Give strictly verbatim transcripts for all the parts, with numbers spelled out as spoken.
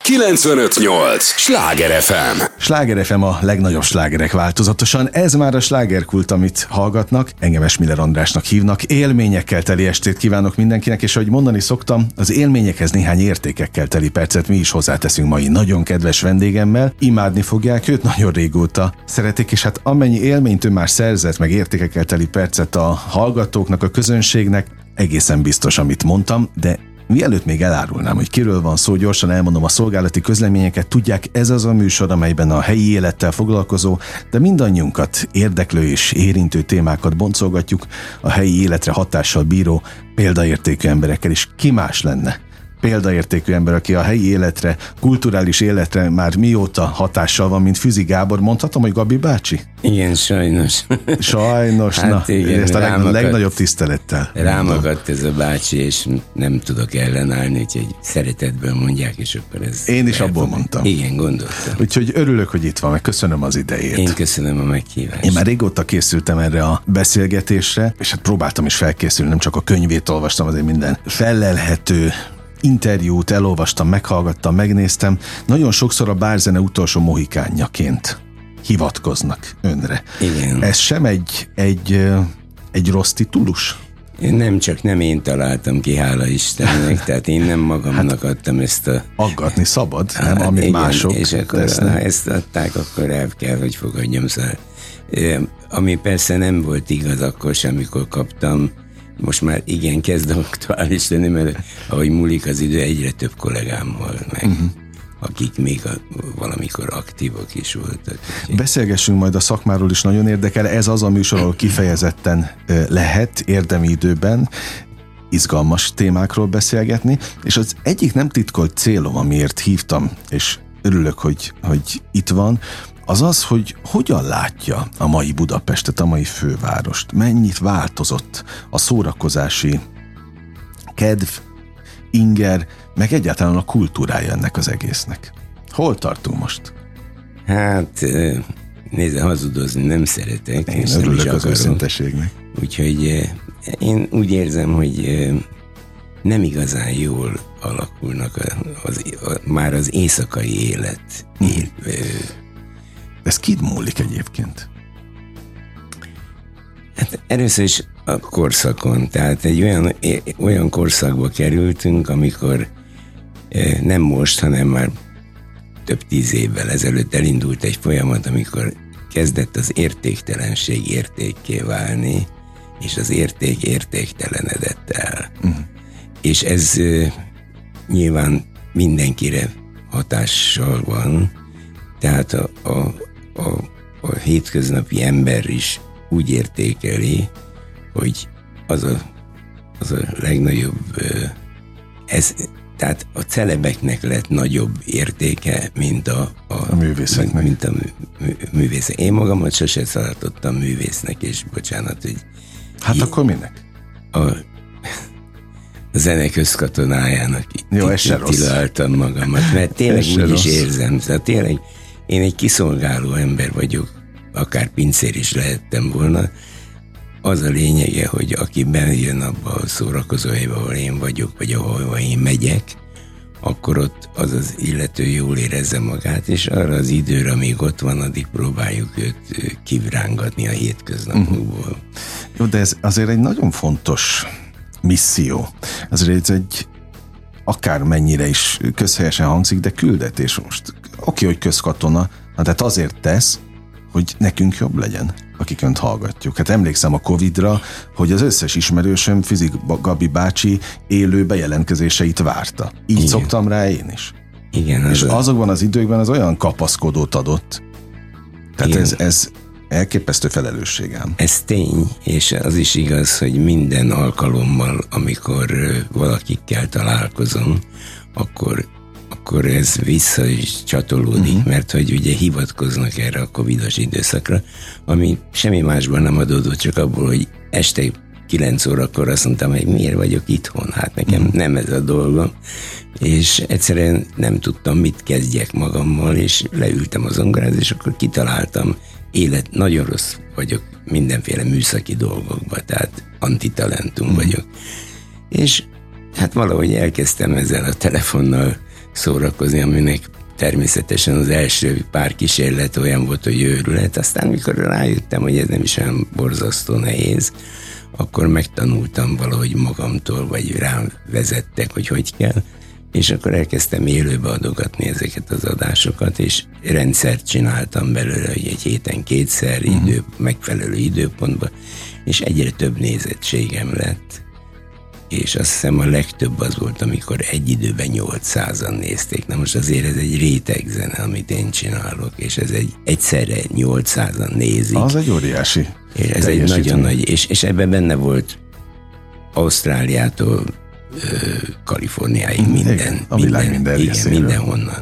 kilencvenöt nyolc Sláger ef em. Sláger ef em, a legnagyobb slágerek változatosan. Ez már a slágerkult, amit hallgatnak. Engem Esmiller Andrásnak hívnak. Élményekkel teli estét kívánok mindenkinek, és ahogy mondani szoktam, az élményekhez néhány értékekkel teli percet mi is hozzáteszünk mai nagyon kedves vendégemmel. Imádni fogják őt, nagyon régóta szeretik, és hát amennyi élményt ő már szerzett, meg értékekkel teli percet a hallgatóknak, a közönségnek, egészen biztos, amit mondtam, de mielőtt még elárulnám, hogy kiről van szó, gyorsan elmondom a szolgálati közleményeket. Tudják, ez az a műsor, amelyben a helyi élettel foglalkozó, de mindannyiunkat érdeklő és érintő témákat boncolgatjuk a helyi életre hatással bíró példaértékű emberekkel, és ki más lenne példaértékű ember, aki a helyi életre, kulturális életre már mióta hatással van, mint Füzi Gábor. Mondhatom, hogy Gabi bácsi? Igen, sajnos. Sajnos, hát na, igen, ezt a leg, legnagyobb tisztelettel. Rámagadt ez a bácsi, és nem tudok ellenállni, úgyhogy szeretetből mondják, és akkor ez... Én is abból mondtam. Igen, gondoltam. Úgyhogy örülök, hogy itt van, meg köszönöm az idejét. Én köszönöm a meghívást. Én már régóta készültem erre a beszélgetésre, és hát próbáltam is felkészülni, nem csak a könyvét olvastam, azért minden fellelhető interjút elolvastam, meghallgattam, megnéztem. Nagyon sokszor a bárzene utolsó mohikánjaként hivatkoznak önre. Igen. Ez sem egy, egy, egy rossz titulus? Nem, csak nem én találtam ki, hála Istennek, tehát én nem magamnak hát, adtam ezt a... Aggatni szabad, nem, hát, amit igen, mások és akkor tesznek. Ha ezt adták, akkor el kell, hogy fogadjam. Szóval, ami persze nem volt igaz akkor sem, amikor kaptam. Most már igen, kezd aktuális lenni, mert ahogy múlik az idő, egyre több kollégám hal meg, uh-huh. akik még a, valamikor aktívok is voltak. Beszélgessünk majd a szakmáról is, nagyon érdekel. Ez az a műsor, ahol kifejezetten lehet érdemi időben izgalmas témákról beszélgetni, és az egyik nem titkolt célom, amiért hívtam, és örülök, hogy, hogy itt van, az az, hogy hogyan látja a mai Budapestet, a mai fővárost, mennyit változott a szórakozási kedv, inger, meg egyáltalán a kultúrája ennek az egésznek. Hol tartunk most? Hát, nézze, hazudozni nem szeretek. Én örülök az őszinteségnek. Úgyhogy én úgy érzem, hogy nem igazán jól alakulnak a, az, a, már az éjszakai élet. Mm. Ez kid múlik egyébként? Hát először is a korszakon, tehát egy olyan, olyan korszakba kerültünk, amikor nem most, hanem már több tíz évvel ezelőtt elindult egy folyamat, amikor kezdett az értéktelenség értékké válni, és az érték értéktelenedett el. Uh-huh. És ez nyilván mindenkire hatással van, tehát a, a A, a hétköznapi ember is úgy értékeli, hogy az a, az a legnagyobb, ez, tehát a celebeknek lett nagyobb értéke, mint a, a, a művészeknek. Mint a mű, művészek. Én magamat sose tartottam művésznek, és bocsánat, hogy... Hát í- akkor minek? A, a zene közkatonájának Jó, ez se rossz. Tilaltam magamat, mert tényleg úgy is érzem, szóval tényleg én egy kiszolgáló ember vagyok, akár pincér is lehettem volna. Az a lényege, hogy aki bejön abba a szórakozóhelybe, ahol én vagyok, vagy ahol én megyek, akkor ott az az illető jól érezze magát, és arra az időre, amíg ott van, addig próbáljuk őt kivrángatni a hétköznapokból. Uh-huh. Jó, de ez azért egy nagyon fontos misszió. Azért ez egy akármennyire is közhelyesen hangzik, de küldetés most. Oké, hogy közkatona, hát azért tesz, hogy nekünk jobb legyen, akik önt hallgatjuk. Hát emlékszem a Covidra, hogy az összes ismerősöm, Füzi Gabi bácsi élő bejelentkezéseit várta. Így Igen. szoktam rá én is. Igen. És az azokban az időkben az olyan kapaszkodót adott. Tehát ez, ez elképesztő felelősségem. Ez tény, és az is igaz, hogy minden alkalommal, amikor valakikkel találkozom, akkor akkor ez vissza is csatolódik, uh-huh. mert hogy ugye hivatkoznak erre a covidos időszakra, ami semmi másban nem adódott, csak abból, hogy este kilenc órakor azt mondtam, hogy miért vagyok itthon, hát nekem uh-huh. nem ez a dolgom, és egyszerűen nem tudtam, mit kezdjek magammal, és leültem az zongoráz, és akkor kitaláltam, élet, nagyon rossz vagyok mindenféle műszaki dolgokba, tehát antitalentum uh-huh. vagyok. És hát valahogy elkezdtem ezzel a telefonnal szórakozni, aminek természetesen az első pár kísérlet olyan volt, hogy őrület, aztán mikor rájöttem, hogy ez nem is olyan borzasztó nehéz, akkor megtanultam valahogy magamtól, vagy rám vezettek, hogy hogy kell, és akkor elkezdtem élőbe adogatni ezeket az adásokat, és rendszert csináltam belőle, hogy egy héten kétszer, uh-huh. idő, megfelelő időpontban, és egyre több nézettségem lett. És azt hiszem a legtöbb az volt, amikor egy időben nyolcszázan nézték. Na most azért ez egy rétegzene, amit én csinálok, és ez egy egyszerre nyolcszázan nézik. Az egy óriási. És ez egy nagyon nagy, és, és ebben benne volt Ausztráliától ö, Kaliforniáig minden. Igen, a világ minden, minden igen, mindenhonnan.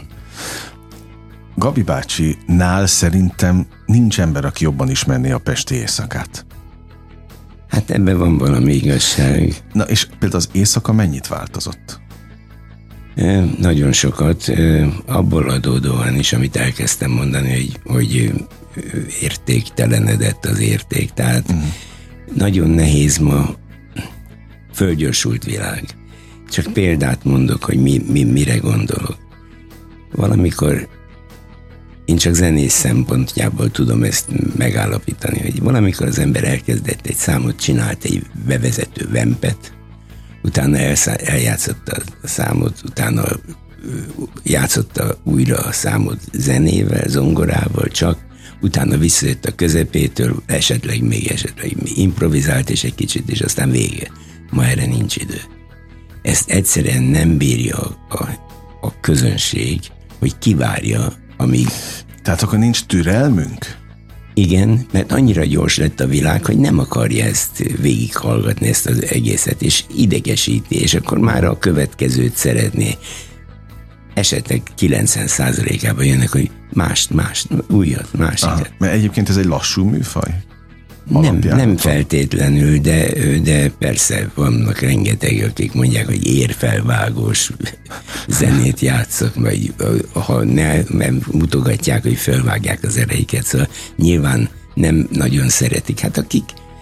Gabi bácsi, nál szerintem nincs ember, aki jobban ismerné a pesti éjszakát. Hát ebben van valami igazság. Na és például az éjszaka mennyit változott? E, nagyon sokat, e, abból adódóan is, amit elkezdtem mondani, hogy, hogy értéktelenedett az érték. Tehát uh-huh. nagyon nehéz ma, fölgyorsult világ. Csak példát mondok, hogy mi, mi, mire gondolok. Valamikor én csak zenész szempontjából tudom ezt megállapítani, hogy valamikor az ember elkezdett egy számot, csinált egy bevezető vempet, utána elszá- eljátszotta a számot, utána játszotta újra a számot zenével, zongorával csak, utána visszajött a közepétől, esetleg még esetleg improvizált, és egy kicsit, és aztán vége. Ma erre nincs idő. Ezt egyszerűen nem bírja a, a közönség, hogy kivárja, amíg... Tehát akkor nincs türelmünk? Igen, mert annyira gyors lett a világ, hogy nem akarja ezt végighallgatni, ezt az egészet, és idegesíti, és akkor már a következőt szeretné. Esetek kilencven százalékában jönnek, hogy mást, mást, újat, másikat. Aha, mert egyébként ez egy lassú műfaj? Nem, nem feltétlenül, de, de persze vannak rengeteg, akik mondják, hogy érfelvágós zenét játszok, vagy ha ne, mutogatják, hogy felvágják az ereiket, szóval nyilván nem nagyon szeretik. Hát akik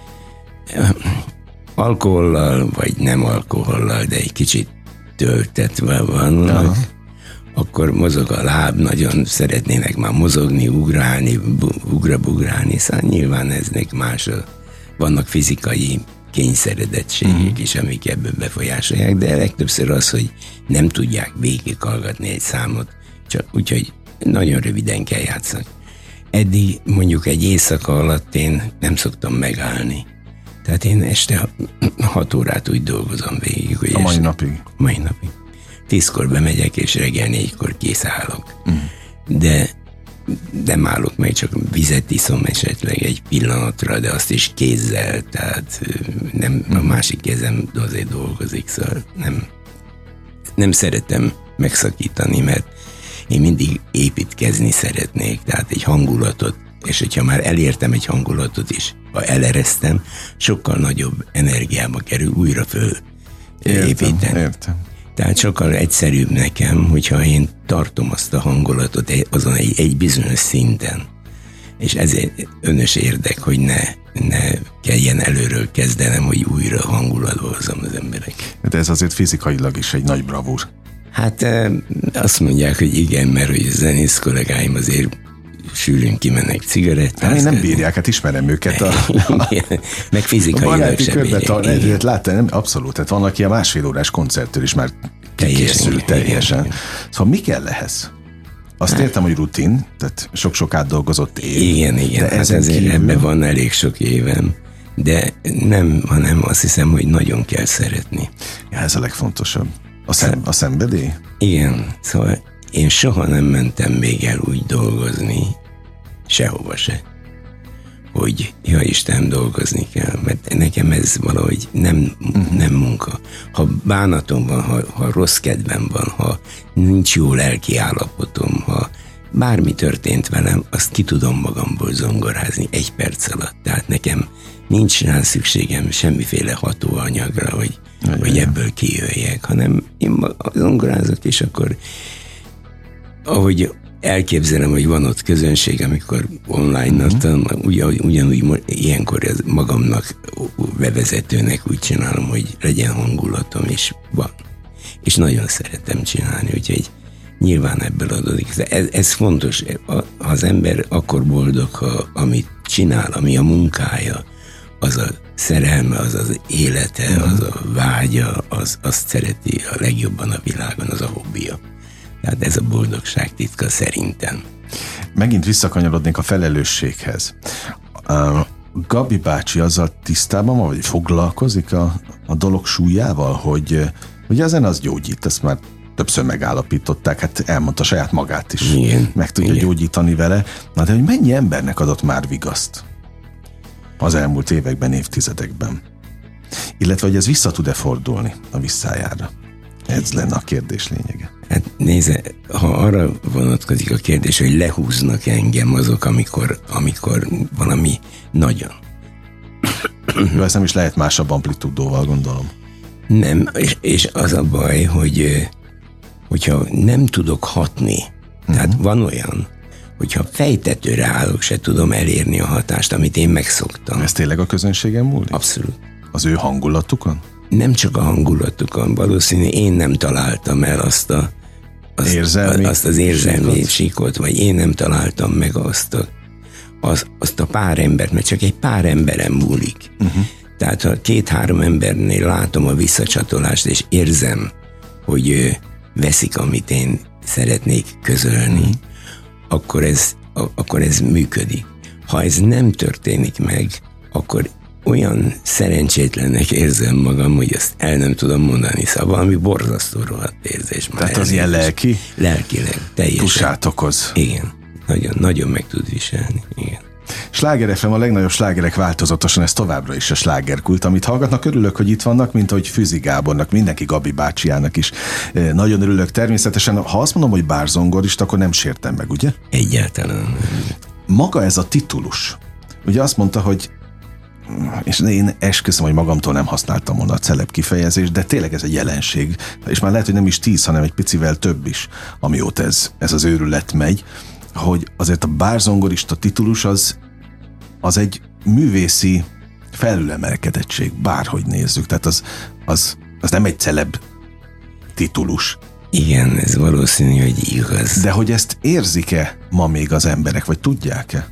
alkohollal, vagy nem alkohollal, de egy kicsit töltetve vannak, aha. akkor mozog a láb, nagyon szeretnének már mozogni, ugrálni, ugrabugrálni, szóval nyilván eznek más, vannak fizikai kényszeredettségek uh-huh. is, amik ebből befolyásolják, de legtöbbször az, hogy nem tudják végighallgatni egy számot, csak úgyhogy nagyon röviden kell játszani. Eddig mondjuk egy éjszaka alatt én nem szoktam megállni. Tehát én este hat órát úgy dolgozom végig. Hogy a mai este, napig? Mai napig. Tízkor bemegyek, és reggel négykor készállok. Mm. De nem állok meg, csak vizet iszom esetleg egy pillanatra, de azt is kézzel, tehát nem, mm. a másik kezem azért dolgozik, szóval nem, nem szeretem megszakítani, mert én mindig építkezni szeretnék, tehát egy hangulatot, és hogyha már elértem egy hangulatot is, ha eleresztem, sokkal nagyobb energiába kerül újra föl építeni. Értem, értem. Tehát sokkal egyszerűbb nekem, hogyha én tartom azt a hangulatot azon egy, egy bizonyos szinten. És ezért önös érdek, hogy ne, ne kelljen előről kezdenem, hogy újra hangulatba hozzam az emberek. De ez azért fizikailag is egy nagy bravúr. Hát azt mondják, hogy igen, mert hogy a zenész kollégáim azért sűrűn kimennek cigarettázni. Nem bírják, hát ismerem őket. A, a, meg fizikailag sem bírják. Láttam, abszolút, tehát van, aki a másfél órás koncerttől is már készül teljesen. Igen. Szóval mi kell ehhez? Azt hát. értem, hogy rutin, tehát sok-sok átdolgozott év. Igen, igen, de hát ezért kívül... ebben van elég sok évem, de nem, hanem azt hiszem, hogy nagyon kell szeretni. Ja, ez a legfontosabb. A, szem, a szenvedély? Igen, szóval én soha nem mentem még el úgy dolgozni, sehova se, hogy ja Isten, dolgozni kell, mert nekem ez valahogy nem, uh-huh. nem munka. Ha bánatom van, ha, ha rossz kedvem van, ha nincs jó lelki állapotom, ha bármi történt velem, azt ki tudom magamból zongorázni egy perc alatt. Tehát nekem nincs rá szükségem semmiféle hatóanyagra, hogy, hogy ebből kijöjjek, hanem én zongorázok, és akkor ahogy elképzelem, hogy van ott közönség, amikor online adtam, uh-huh. ugyan, ugyanúgy ilyenkor ez magamnak, bevezetőnek úgy csinálom, hogy legyen hangulatom, és van. És nagyon szeretem csinálni, úgyhogy nyilván ebből adódik. Ez, ez fontos. Ha az ember akkor boldog, ha amit csinál, ami a munkája, az a szerelme, az az élete, az a vágya, az, azt szereti a legjobban a világon, az a hobbija. Tehát ez a boldogság titka szerintem. Megint visszakanyarodnék a felelősséghez. Uh, Gabi bácsi azzal tisztában van, vagy foglalkozik a, a dolog súlyával, hogy ugye ezen az gyógyít, ezt már többször megállapították, hát elmondta saját magát is. Igen, meg tudja igen. gyógyítani vele. Na de hogy mennyi embernek adott már vigaszt az elmúlt években, évtizedekben? Illetve, hogy ez vissza tud-e fordulni a visszájára? Ez lenne a kérdés lényege. Hát nézze, ha arra vonatkozik a kérdés, hogy lehúznak engem azok, amikor, amikor valami nagyon. Jó, ezt nem is lehet másabb amplitúdóval, gondolom. Nem, és, és az a baj, hogy hogyha nem tudok hatni, uh-huh. tehát van olyan, hogyha fejtetőre állok, se tudom elérni a hatást, amit én megszoktam. Ez tényleg a közönségen múlik? Abszolút. Az ő hangulatukon? Nem csak a hangulatukon, valószínű én nem találtam el azt a azt, érzelmi azt az érzelmi síkot. síkot, vagy én nem találtam meg azt a, az, azt a pár embert, mert csak egy pár emberen múlik. Uh-huh. Tehát ha két-három embernél látom a visszacsatolást, és érzem, hogy ő veszik, amit én szeretnék közölni, uh-huh. akkor, ez, akkor ez működik. Ha ez nem történik meg, akkor olyan szerencsétlennek érzem magam, hogy ezt el nem tudom mondani, szóval valami borzasztó rohadt érzés. Tehát az ilyen lelki? Lelkileg, teljesen. Tusát okoz. Igen, nagyon, nagyon meg tud viselni, igen. Sláger ef em, a legnagyobb slágerek változatosan, ez továbbra is a slágerkult, amit hallgatnak. Örülök, hogy itt vannak, mint ahogy Füzi Gábornak, mindenki Gabi bácsiának is. Nagyon örülök természetesen. Ha azt mondom, hogy bárzongorista, akkor nem sértem meg, ugye? Egyáltalán nem. Maga ez a titulus. Ugye azt mondta, hogy és én esküszöm, hogy magamtól nem használtam volna a celeb kifejezést, de tényleg ez egy jelenség, és már lehet, hogy nem is tíz, hanem egy picivel több is, amióta ez, ez az őrület megy, hogy azért a bárzongorista titulus az, az egy művészi felülemelkedettség, bárhogy nézzük, tehát az, az, az nem egy celeb titulus. Igen, ez valószínű, hogy igaz. De hogy ezt érzik-e ma még az emberek, vagy tudják-e?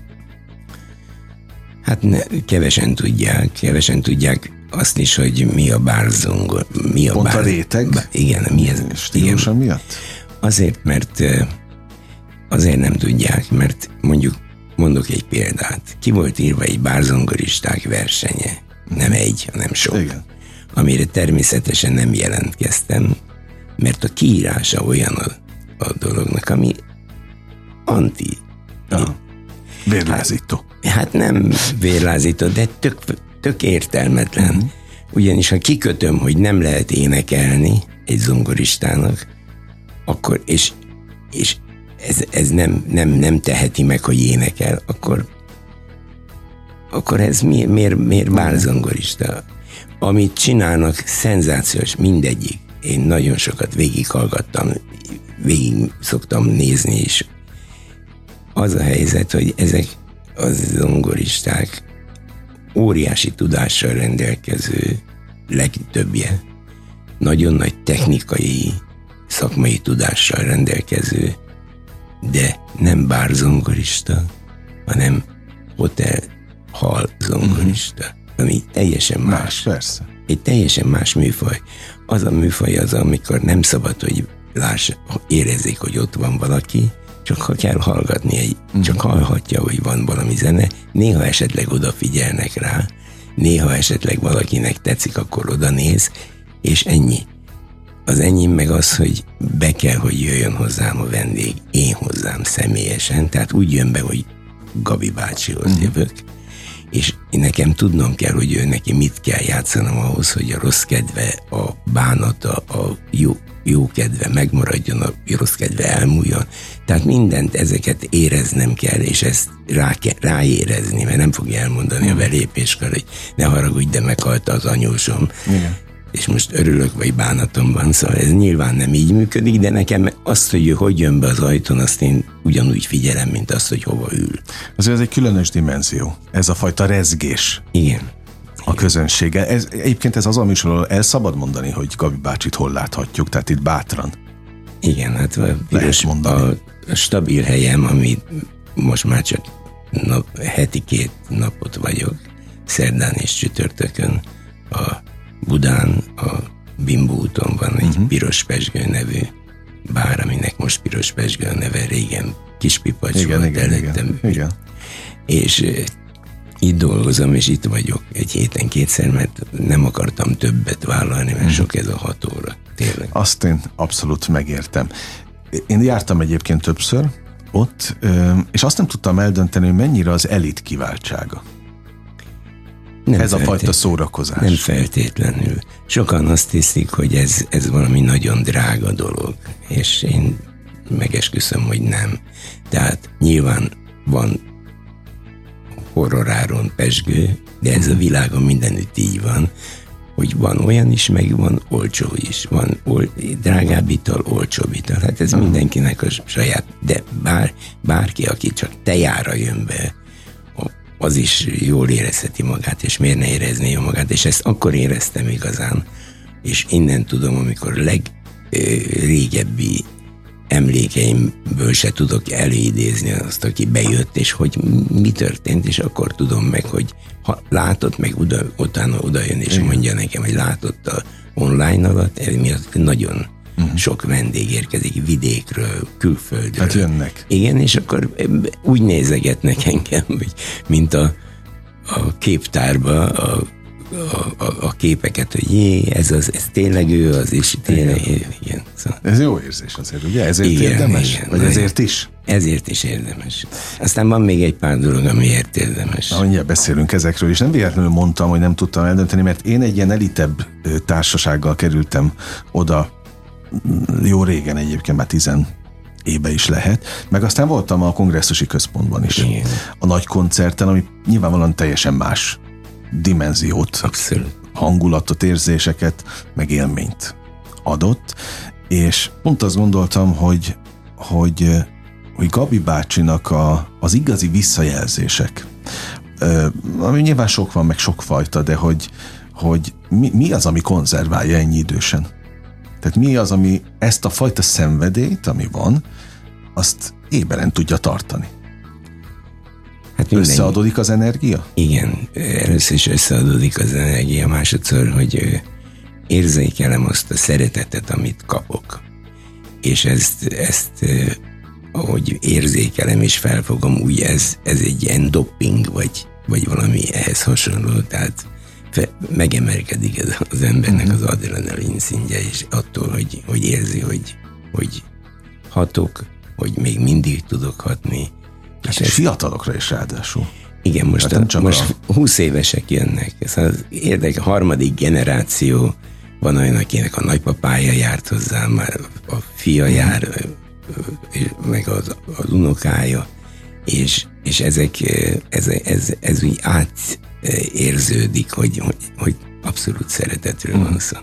Hát ne, kevesen tudják, kevesen tudják azt is, hogy mi a bárzongor. Mi a Pont bár... a réteg? Bá... Igen, mi ez? Stílusa miatt? Azért, mert azért nem tudják, mert mondjuk mondok egy példát. Ki volt írva egy bárzongoristák versenye? Nem egy, hanem sok. Igen. Amire természetesen nem jelentkeztem, mert a kiírása olyan a, a dolognak, ami anti. Ja. Vérlázító. Hát, hát nem vérlázító, de tök, tök értelmetlen. Uh-huh. Ugyanis ha kikötöm, hogy nem lehet énekelni egy zongoristának, akkor, és, és ez, ez nem, nem, nem teheti meg, hogy énekel, akkor, akkor ez mi, miért, miért bárzongorista? Amit csinálnak, szenzációs, mindegyik. Én nagyon sokat végighallgattam, végig szoktam nézni is. Az a helyzet, hogy ezek a zongoristák óriási tudással rendelkező, legtöbbje, nagyon nagy technikai, szakmai tudással rendelkező, de nem bárzongorista, hanem hotel hall zongorista, mm-hmm. ami teljesen más. Más, persze. Egy teljesen más műfaj. Az a műfaj az, amikor nem szabad, hogy láss, érezzék, hogy ott van valaki, csak ha kell hallgatni, egy, mm. csak hallhatja, hogy van valami zene, néha esetleg odafigyelnek rá, néha esetleg valakinek tetszik, akkor oda néz, és ennyi. Az enyém meg az, hogy be kell, hogy jöjjön hozzám a vendég, én hozzám személyesen, tehát úgy jön be, hogy Gabi bácsihoz mm. jövök, és nekem tudnom kell, hogy ő neki mit kell játszanom ahhoz, hogy a rossz kedve, a bánata, a jó, jó kedve megmaradjon, a rossz kedve elmúljon. Tehát mindent, ezeket éreznem kell, és ezt rá kell, ráérezni, mert nem fogja elmondani mm. a belépéskor, hogy ne haragudj, de meghalta az anyósom. Igen. És most örülök, vagy bánatom van, szóval ez nyilván nem így működik, de nekem azt, hogy ő hogy jön be az ajtón, azt én ugyanúgy figyelem, mint azt, hogy hova ül. Azért ez egy különös dimenzió, ez a fajta rezgés. Igen. A közönsége. Ez, egyébként ez az a műsorról el szabad mondani, hogy Gabi bácsit hol láthatjuk, tehát itt bátran. Igen, hát a, piros, a, a stabil helyem, ami most már csak nap, heti két napot vagyok, szerdán és csütörtökön, a Budán, a Bimbo úton van egy uh-huh. Piros Pezsgő nevű bár, aminek most Piros Pezsgő a neve, régen Kispipacs igen, volt igen, előttem. Igen, igen. És itt dolgozom, és itt vagyok egy héten kétszer, mert nem akartam többet vállalni, mert uh-huh. sok ez a hat óra. Tényleg. Azt én abszolút megértem. Én jártam egyébként többször ott, és azt nem tudtam eldönteni, hogy mennyire az elit kiváltsága. Nem ez a fajta szórakozás. Nem feltétlenül. Sokan azt hiszik, hogy ez, ez valami nagyon drága dolog, és én megesküszöm, hogy nem. Tehát nyilván van horroráron Pezsgő, de ez a világon mindenütt így van, hogy van olyan is, meg van olcsó is. Van ol, drágább ital, olcsóbb ital. Hát ez uh-huh. mindenkinek a saját, de bár, bárki, aki csak tejára jön be, az is jól érezheti magát, és miért ne érezné jól magát, és ezt akkor éreztem igazán, és innen tudom, amikor legrégebbi emlékeimből se tudok előidézni azt, aki bejött, és hogy mi történt, és akkor tudom meg, hogy ha látott, meg oda, utána oda jön, és igen. mondja nekem, hogy látott a online alatt, ez miatt nagyon uh-huh. sok vendég érkezik vidékről, külföldről. Hát jönnek. Igen, és akkor úgy nézegetnek engem, hogy mint a, a képtárba a, a, a, a képeket, hogy jé, ez, az, ez tényleg ő az, és tényleg, igen. igen szóval. Ez jó érzés azért, ugye? Ezért igen, érdemes? Igen, Vagy ezért is? Ezért is érdemes. Aztán van még egy pár dolog, amiért érdemes. Na, mindjárt beszélünk ezekről, és nem véletlenül mondtam, hogy nem tudtam eldönteni, mert én egy ilyen elitebb társasággal kerültem oda jó régen, egyébként már tizen éve is lehet, meg aztán voltam a kongresszusi központban is. Igen. A nagy koncerten, ami nyilvánvalóan teljesen más dimenziót, abszolút. Hangulatot, érzéseket, meg élményt adott, és pont azt gondoltam, hogy, hogy, hogy Gabi bácsinak a, az igazi visszajelzések, ami nyilván sok van, meg sokfajta, de hogy, hogy mi, mi az, ami konzerválja ennyi idősen? Tehát mi az, ami ezt a fajta szenvedélyt, ami van, azt éberen tudja tartani? Hát összeadódik az energia? Igen, először is összeadódik az energia, másodszor, hogy érzékelem azt a szeretetet, amit kapok. És ezt, ezt ahogy érzékelem és felfogom, úgy ez, ez egy ilyen doping, vagy, vagy valami ehhez hasonló, tehát fe, megemelkedik ez az embernek az adrenalin szintje, és attól, hogy, hogy érzi, hogy, hogy hatok, hogy még mindig tudok hatni. És, és fiatalokra is ráadásul. Igen, most, hát a, most a... húsz évesek jönnek. Ez az érdekes, a harmadik generáció, van olyan, akinek a nagypapája járt hozzá, már a fia hmm. jár, meg az, az unokája, és, és ezek, ez, ez, ez úgy átérződik, hogy, hogy, hogy abszolút szeretetről hmm. van szó.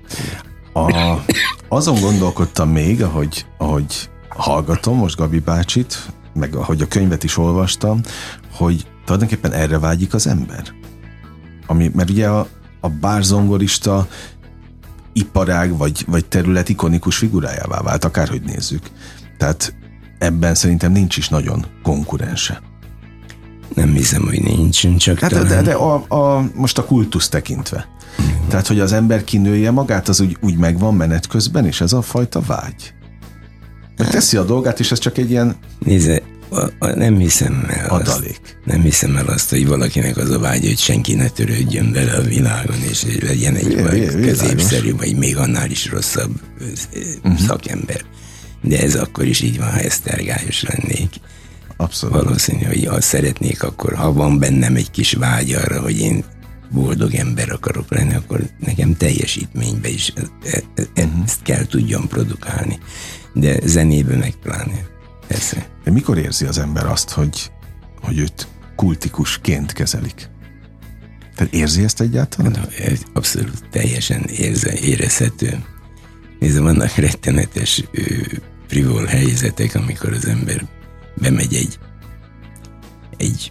A, azon gondolkodtam még, ahogy, ahogy hallgatom most Gabi bácsit, meg ahogy a könyvet is olvastam, hogy tulajdonképpen erre vágyik az ember. Ami, mert ugye a, a bárzongorista iparág vagy, vagy terület ikonikus figurájává vált, akárhogy nézzük. Tehát ebben szerintem nincs is nagyon konkurense. Nem hiszem, hogy nincs, csak hát talán... De, de a, a, most a kultusz tekintve. Mm. Tehát, hogy az ember kinője magát, az úgy, úgy megvan menet közben, és ez a fajta vágy. Hát teszi a dolgát, és ez csak egy ilyen... Nézze, a, a, nem hiszem el adalék. Azt, nem hiszem el azt, hogy valakinek az a vágy, hogy senki ne törődjön bele a világon, és legyen egy é, középszerű, vagy még annál is rosszabb uh-huh. szakember. De ez akkor is így van, ha esztergályos lennék. Abszolút. Valószínű, hogy azt szeretnék, akkor ha van bennem egy kis vágy arra, hogy én boldog ember akarok lenni, akkor nekem teljesítménybe is ezt, uh-huh. ezt kell tudjam produkálni. De zenében meg pláne. Persze. De mikor érzi az ember azt, hogy, hogy őt kultikusként kezelik? Tehát érzi ezt egyáltalán? Na, abszolút teljesen érze, érezhető. Nézd, vannak rettenetes frivol helyzetek, amikor az ember bemegy egy egy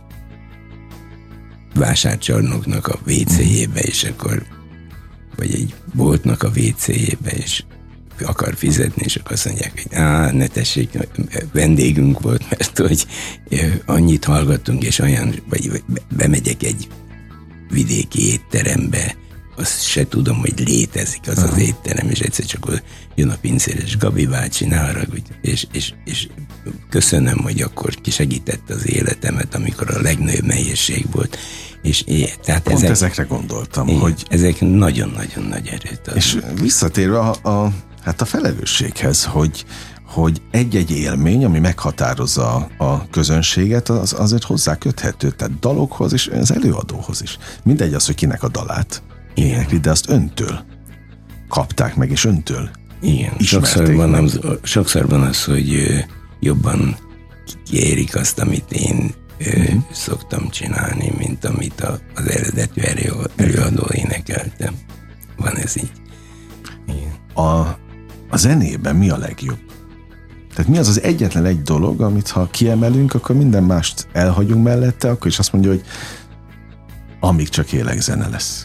vásárcsarnoknak a vécéjébe, és akkor vagy egy boltnak a vécéjébe, és akar fizetni, és akkor azt mondják, hogy á, ne tessék, vendégünk volt, mert hogy annyit hallgattunk, és olyan, vagy bemegyek egy vidéki étterembe, azt se tudom, hogy létezik az az étterem, és egyszer csak jön a pincéres Gabi bácsi, ne haragudj, és, és, és köszönöm, hogy akkor kisegített az életemet, amikor a legnagyobb nehézség volt. És é, tehát Pont ezek, ezekre gondoltam, é, hogy... Ezek nagyon-nagyon nagy erőt adnak. És visszatérve a, a, hát a felelősséghez, hogy, hogy egy-egy élmény, ami meghatározza a közönséget, az azért hozzá köthető, tehát dalokhoz és az előadóhoz is. Mindegy az, hogy kinek a dalát énekli, de azt öntől kapták meg, és öntől igen. Sokszor van, az, sokszor van az, hogy jobban kiérik azt, amit én mm. szoktam csinálni, mint amit a, az eredetű előadó énekeltem. Van ez így. Igen. A, a zenében mi a legjobb? Tehát mi az az egyetlen egy dolog, amit ha kiemelünk, akkor minden mást elhagyunk mellette, akkor is azt mondja, hogy amíg csak élek, zene lesz.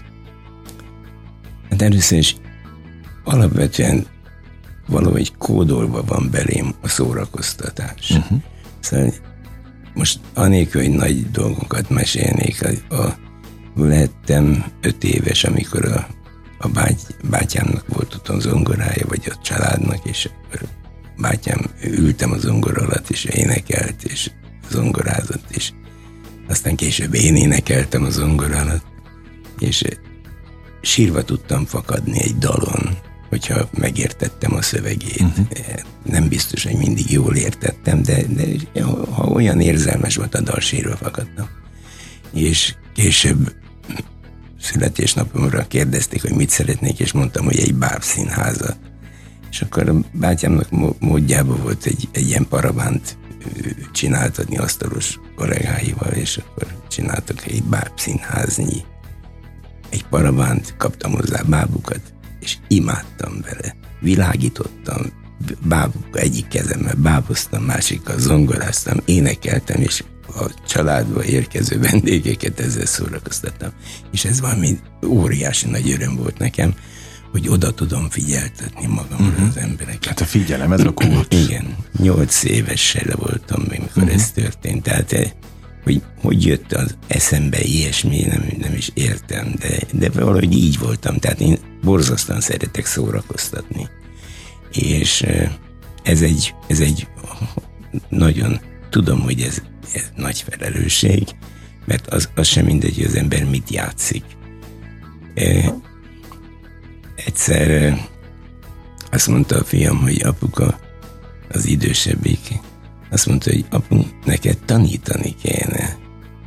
Hát először is alapvetően valahogy kódolva van belém a szórakoztatás. Uh-huh. Szóval most anélkül, hogy nagy dolgokat mesélnék, a, a, lehettem öt éves, amikor a, a báty, bátyámnak volt otthon zongorája, vagy a családnak, és akkor bátyám, ültem a zongora alatt, és énekelt, és zongorázott, és aztán később én énekeltem a zongora alatt, és sírva tudtam fakadni egy dalon, hogyha megértettem a szövegét. Uh-huh. Nem biztos, hogy mindig jól értettem, de, de ha olyan érzelmes volt a dal, sírva fakadtam. És később születésnapomra kérdezték, hogy mit szeretnék, és mondtam, hogy egy bábszínházat. És akkor a bátyámnak módjában volt egy, egy ilyen paravánt csináltatni asztalos kollégáival, és akkor csináltak egy bábszínháznyi. Egy paravánt, kaptam hozzá bábukat, és imádtam vele. Világítottam, bábuk egyik kezemmel báboztam, másikkal zongoráztam, énekeltem, és a családba érkező vendégeket ezzel szórakoztattam. És ez valami óriási nagy öröm volt nekem, hogy oda tudom figyeltetni magamra uh-huh. az embereket. Hát a figyelem, ez a kulcs. Igen, nyolc évesen voltam, amikor uh-huh. ez történt. Tehát hogy hogy jött az eszembe ilyesmi, nem, nem is értem, de, de valahogy így voltam. Tehát én borzasztóan szeretek szórakoztatni. És ez egy, ez egy nagyon, tudom, hogy ez, ez nagy felelősség, mert az, az sem mindegy, hogy az ember mit játszik. E, egyszer azt mondta a fiam, hogy apuka, az idősebbik, azt mondta, hogy apu, neked tanítani kéne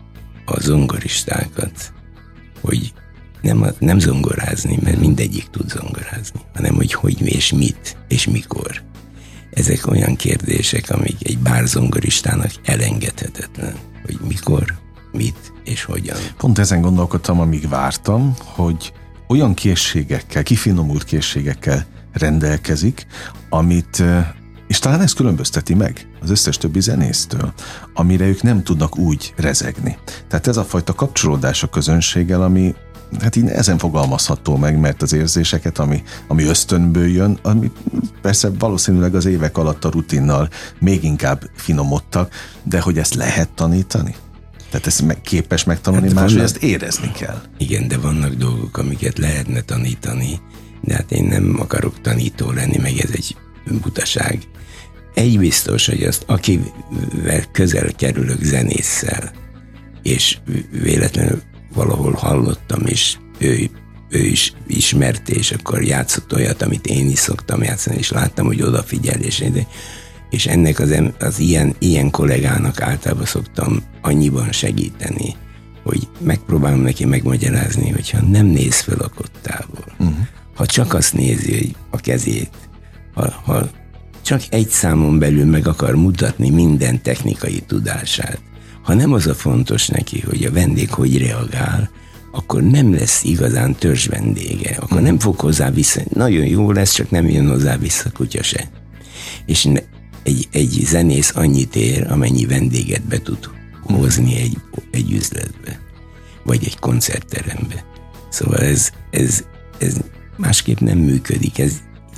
a zongoristákat, hogy nem, nem zongorázni, mert mindegyik tud zongorázni, hanem hogy hogy és mit, és mikor. Ezek olyan kérdések, amik egy bárzongoristának elengedhetetlen, hogy mikor, mit és hogyan. Pont ezen gondolkodtam, amíg vártam, hogy olyan készségekkel, kifinomult készségekkel rendelkezik, amit, és talán ez különbözteti meg az összes többi zenésztől, amire ők nem tudnak úgy rezegni. Tehát ez a fajta kapcsolódás a közönséggel, ami hát így ezen fogalmazható meg, mert az érzéseket, ami, ami ösztönből jön, ami persze valószínűleg az évek alatt a rutinnal még inkább finomodtak, de hogy ezt lehet tanítani? Tehát ezt meg, képes megtanulni hát más, hogy ezt érezni kell. Igen, de vannak dolgok, amiket lehetne tanítani, de hát én nem akarok tanító lenni, meg ez egy butaság. Egy biztos, hogy azt, akivel közel kerülök zenésszel, és véletlenül valahol hallottam, és ő, ő is ismerte, és akkor játszott olyat, amit én is szoktam játszani, és láttam, hogy odafigyel, és, és ennek az, az ilyen, ilyen kollégának általában szoktam annyiban segíteni, hogy megpróbálom neki megmagyarázni, hogyha nem néz fel a kottából, uh-huh. ha csak azt nézi, hogy a kezét, ha, ha csak egy számon belül meg akar mutatni minden technikai tudását, ha nem az a fontos neki, hogy a vendég hogy reagál, akkor nem lesz igazán törzs vendége, akkor hmm. nem fog hozzá vissza. Nagyon jó lesz, csak nem jön hozzá vissza kutya se. És egy, egy zenész annyit ér, amennyi vendéget be tud hozni egy, egy üzletbe, vagy egy koncertterembe. Szóval ez, ez, ez másképp nem működik. Ez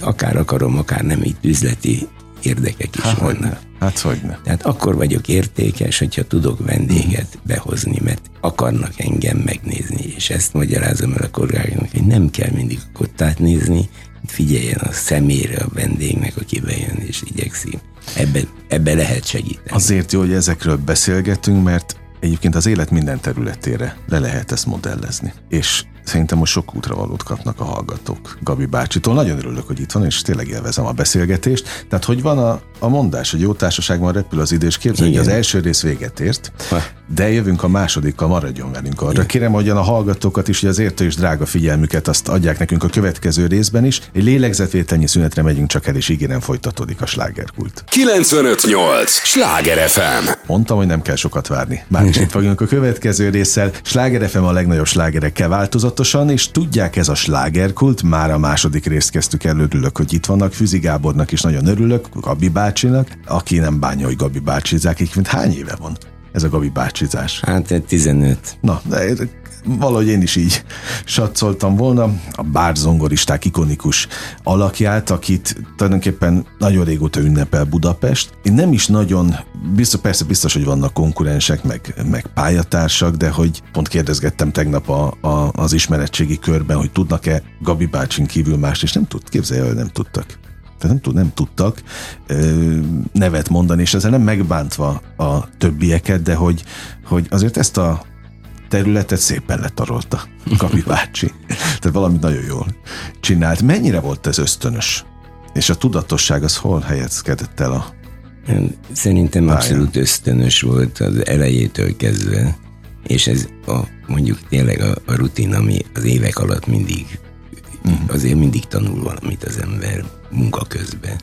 akár akarom, akár nem, itt üzleti érdekek is hát, vannak. Hogyne. Hát hogyne. Tehát akkor vagyok értékes, hogyha tudok vendéget behozni, mert akarnak engem megnézni, és ezt magyarázom el a kollégáknak, hogy nem kell mindig a kottát nézni, figyeljen a szemére a vendégnek, aki bejön és igyekszik. Ebbe, ebbe lehet segíteni. Azért jó, hogy ezekről beszélgetünk, mert egyébként az élet minden területére le lehet ezt modellezni. És szerintem most sok útravalót kapnak a hallgatók Gabi bácsitól. Nagyon örülök, hogy itt van, és tényleg élvezem a beszélgetést. Tehát, hogy van a, a mondás, hogy jó társaságban repül az idő, és képzelni, hogy az első rész véget ért, de jövünk a másodikkal, maradjon velünk arra. Kérem, hogy a hallgatókat is, hogy az értő és drága figyelmüket azt adják nekünk a következő részben is. Egy lélegzetvételnyi szünetre megyünk csak el, és ígérem, folytatódik a slágerkult. kilencvenöt nyolc Sláger ef em. Mondtam, hogy nem kell sokat várni. Már is itt vagyunk a következő résszel. Sláger ef em a legnagyobb slágerekkel változatosan, és tudják, ez a slágerkult, már a második részt kezdtük el, örülök, hogy itt vannak. Füzi Gábornak is nagyon örülök, Gabi bácsinak, aki nem bánja, hogy Gabi bácsizák, így hány éve van ez a Gabi bácsizás? Hát tizenöt. Na, de valahogy én is így satszoltam volna a bárzongoristák ikonikus alakját, akit tulajdonképpen nagyon régóta ünnepel Budapest. Én nem is nagyon, biztos, persze biztos, hogy vannak konkurensek, meg, meg pályatársak, de hogy pont kérdezgettem tegnap a, a, az ismeretségi körben, hogy tudnak-e Gabi bácsin kívül mást, és nem tud, képzelje, hogy nem tudtak. Tehát nem, tud, nem tudtak ö, nevet mondani, és ezzel nem megbántva a többieket, de hogy, hogy azért ezt a területet szépen letarolta Gabi bácsi. Tehát valamit nagyon jól csinált. Mennyire volt ez ösztönös? És a tudatosság az hol helyezkedett el a Szerintem pályán? Abszolút ösztönös volt az elejétől kezdve, és ez a, mondjuk tényleg a, a rutin, ami az évek alatt mindig, uh-huh. azért mindig tanul valamit az ember munka közben.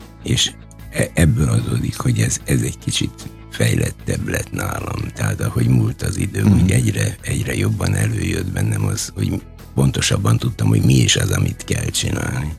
És ebből adódik, hogy ez, ez egy kicsit fejlettebb lett nálam. Tehát ahogy múlt az idő, mm. úgy egyre, egyre jobban előjött bennem az, hogy pontosabban tudtam, hogy mi is az, amit kell csinálni.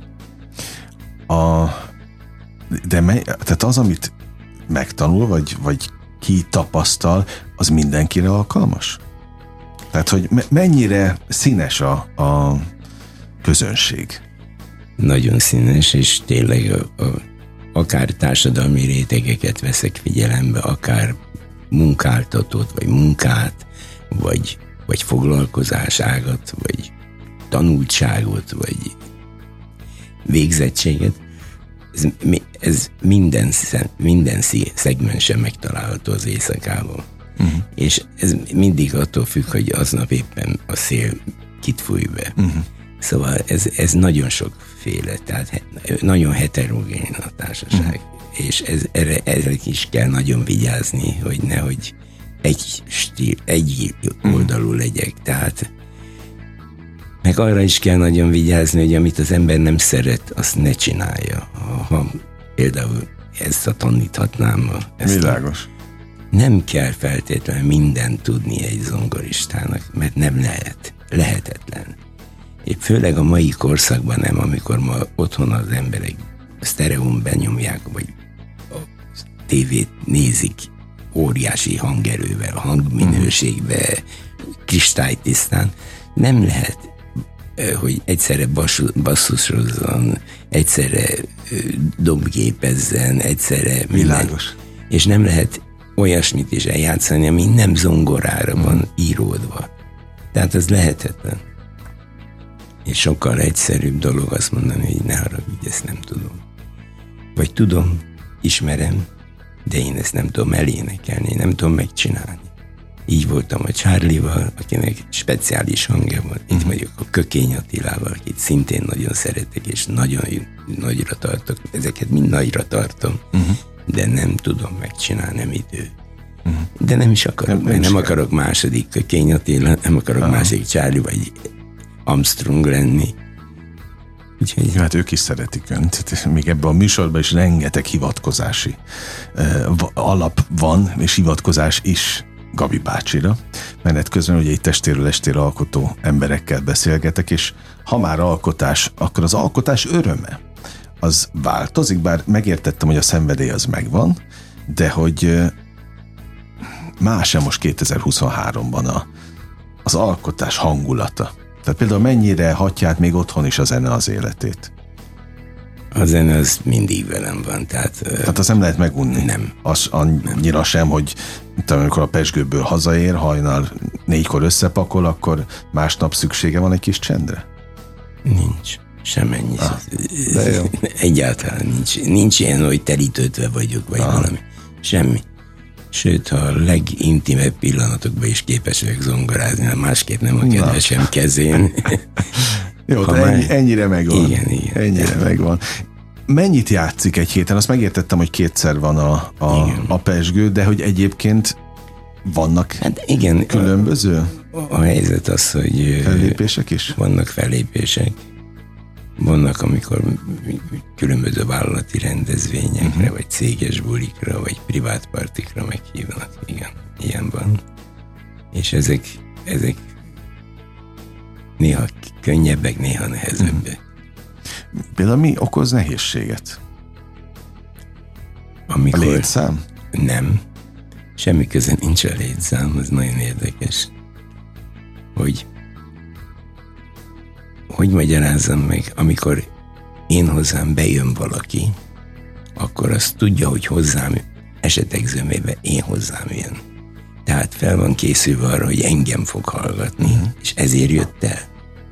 A, de mely, tehát az, amit megtanul, vagy, vagy ki tapasztal, az mindenkire alkalmas? Tehát, hogy me, mennyire színes a, a közönség? Nagyon színes, és tényleg a, a akár társadalmi rétegeket veszek figyelembe, akár munkáltatót, vagy munkát, vagy, vagy foglalkozáságat, vagy tanultságot, vagy végzettséget. Ez, ez minden, minden szegmensen megtalálható az éjszakában. Uh-huh. És ez mindig attól függ, hogy aznap éppen a szél kit fúj be. Uh-huh. Szóval ez, ez nagyon sokféle, tehát nagyon heterogén a társaság, mm. és ez, erre, erre is kell nagyon vigyázni, hogy nehogy egy stíl, egy oldalú legyek, tehát meg arra is kell nagyon vigyázni, hogy amit az ember nem szeret, azt ne csinálja. Ha például ezt a taníthatnám. Ezt Világos. A, nem kell feltétlenül mindent tudni egy zongoristának, mert nem lehet, lehetetlen. Épp főleg a mai korszakban nem, amikor ma otthon az emberek sztereón benyomják, vagy a tévét nézik óriási hangerővel, hangminőségbe, kristálytisztán. Nem lehet, hogy egyszerre basszusozzon, egyszerre dobgépezzen, egyszerre Világos. Minden. És nem lehet olyasmit is eljátszani, ami nem zongorára van mm. íródva. Tehát az lehetetlen. És sokkal egyszerűbb dolog azt mondani, hogy ne haragudj, ezt nem tudom. Vagy tudom, ismerem, de én ezt nem tudom elénekelni, nem tudom megcsinálni. Így voltam a Charlie-val, akinek speciális hangja volt. Itt vagyok a Kökény Attilával, akit szintén nagyon szeretek, és nagyon nagyra tartok. Ezeket mind nagyra tartom, uh-huh. de nem tudom megcsinálni, nem idő. Uh-huh. De nem is akarok, nem, nem, nem akarok második Kökény Attila, nem akarok uh-huh. második Charlie, vagy Armstrong lenni. Úgyhogy... Hát ők is szeretik önt. Még ebben a műsorban is rengeteg hivatkozási uh, alap van, és hivatkozás is Gabi bácsira. Menet közben ugye egy testéről estére alkotó emberekkel beszélgetek, és ha már alkotás, akkor az alkotás öröme az változik, bár megértettem, hogy a szenvedély az megvan, de hogy más-e most kétezer-huszonháromban a, az alkotás hangulata. Tehát például mennyire hatja át még otthon is a zene az életét? A zene az mindig velem van, tehát... Tehát azt nem lehet megunni? Nem. Az annyira nem. Sem, hogy talán amikor a Pezsgőből hazaér, hajnal négykor összepakol, akkor másnap szüksége van egy kis csendre? Nincs. Semennyi. Ah, de jó. Egyáltalán nincs. Nincs ilyen, hogy telítődve vagyok, vagy ah. valami. Semmi. Sőt, ha a legintimebb pillanatokban is képes vagyok zongorázni, másképp nem a kedvesem kezén. Jó, de már... ennyire megvan. Igen, igen. Ennyire igen. megvan. Mennyit játszik egy héten? Azt megértettem, hogy kétszer van a, a, a Pezsgő, de hogy egyébként vannak hát igen, különböző? A, a helyzet az, hogy... Fellépések is? Vannak fellépések. Vannak, amikor különböző vállalati rendezvényekre, uh-huh. vagy céges bulikra, vagy privát partikra meghívnak. Igen, ilyen van. És ezek, ezek néha könnyebbek, néha nehezebbek. Uh-huh. Például mi okoz nehézséget? Amikor, a létszám? Nem. Semmi köze nincs a létszám, az nagyon érdekes. Hogy hogy magyarázzam meg, amikor én hozzám bejön valaki, akkor azt tudja, hogy hozzám esetek zömében én hozzám jön. Tehát fel van készülve arra, hogy engem fog hallgatni, uh-huh. és ezért jött el.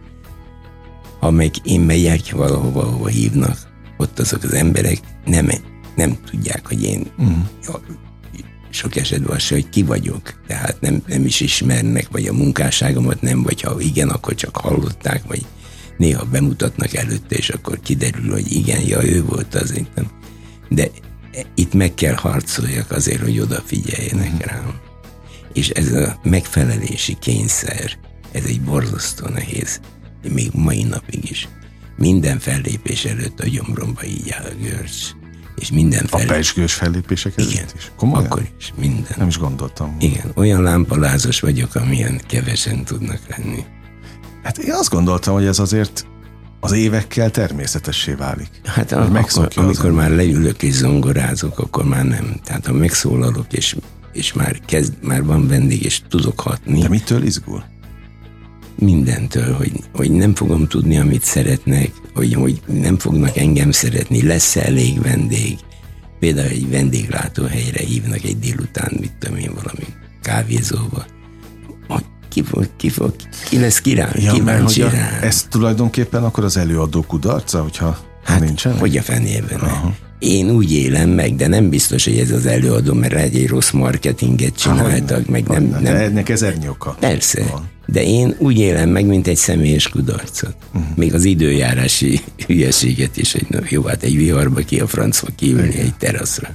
Ha meg én megyek valahova, ahova hívnak, ott azok az emberek nem, nem tudják, hogy én uh-huh. sok esetben az se, hogy ki vagyok. Tehát nem, nem is ismernek, vagy a munkásságomat nem, vagy ha igen, akkor csak hallották, vagy néha bemutatnak előtte, és akkor kiderül, hogy igen, ja, ő volt az itt. De itt meg kell harcoljak azért, hogy odafigyeljenek mm. rám. És ez a megfelelési kényszer, ez egy borzasztó nehéz, még mai napig is. Minden fellépés előtt a gyomromba így áll a görcs. És minden fellép... A pezsgős fellépések előtt igen, is? Komolyan? Akkor is, minden. Nem is gondoltam. Igen, olyan lámpalázos vagyok, amilyen kevesen tudnak lenni. Hát én azt gondoltam, hogy ez azért az évekkel természetessé válik. Hát a, akkor, amikor már leülök és zongorázok, akkor már nem. Tehát ha megszólalok, és, és már, kezd, már van vendég, és tudok hatni. De mitől izgul? Mindentől, hogy, hogy nem fogom tudni, amit szeretnek, hogy, hogy nem fognak engem szeretni, lesz elég vendég. Például egy vendéglátóhelyre hívnak egy délután, mit tudom én, valami kávézóba. Ki, fog, ki, fog, ki lesz kirán, ja, kíváncsi rá. rá. Ez tulajdonképpen akkor az előadó kudarca, hogyha hát, nincsenek? Hogy a fenében. Uh-huh. Én úgy élem meg, de nem biztos, hogy ez az előadó, mert lehet egy rossz marketinget csináltak, ha, meg nem... nem de ennek ezer oka. Persze, van. De én úgy élem meg, mint egy személyes kudarcot. Uh-huh. Még az időjárási hülyeséget is, hogy no, jó, hát egy viharba ki a francba kiülni egy teraszra.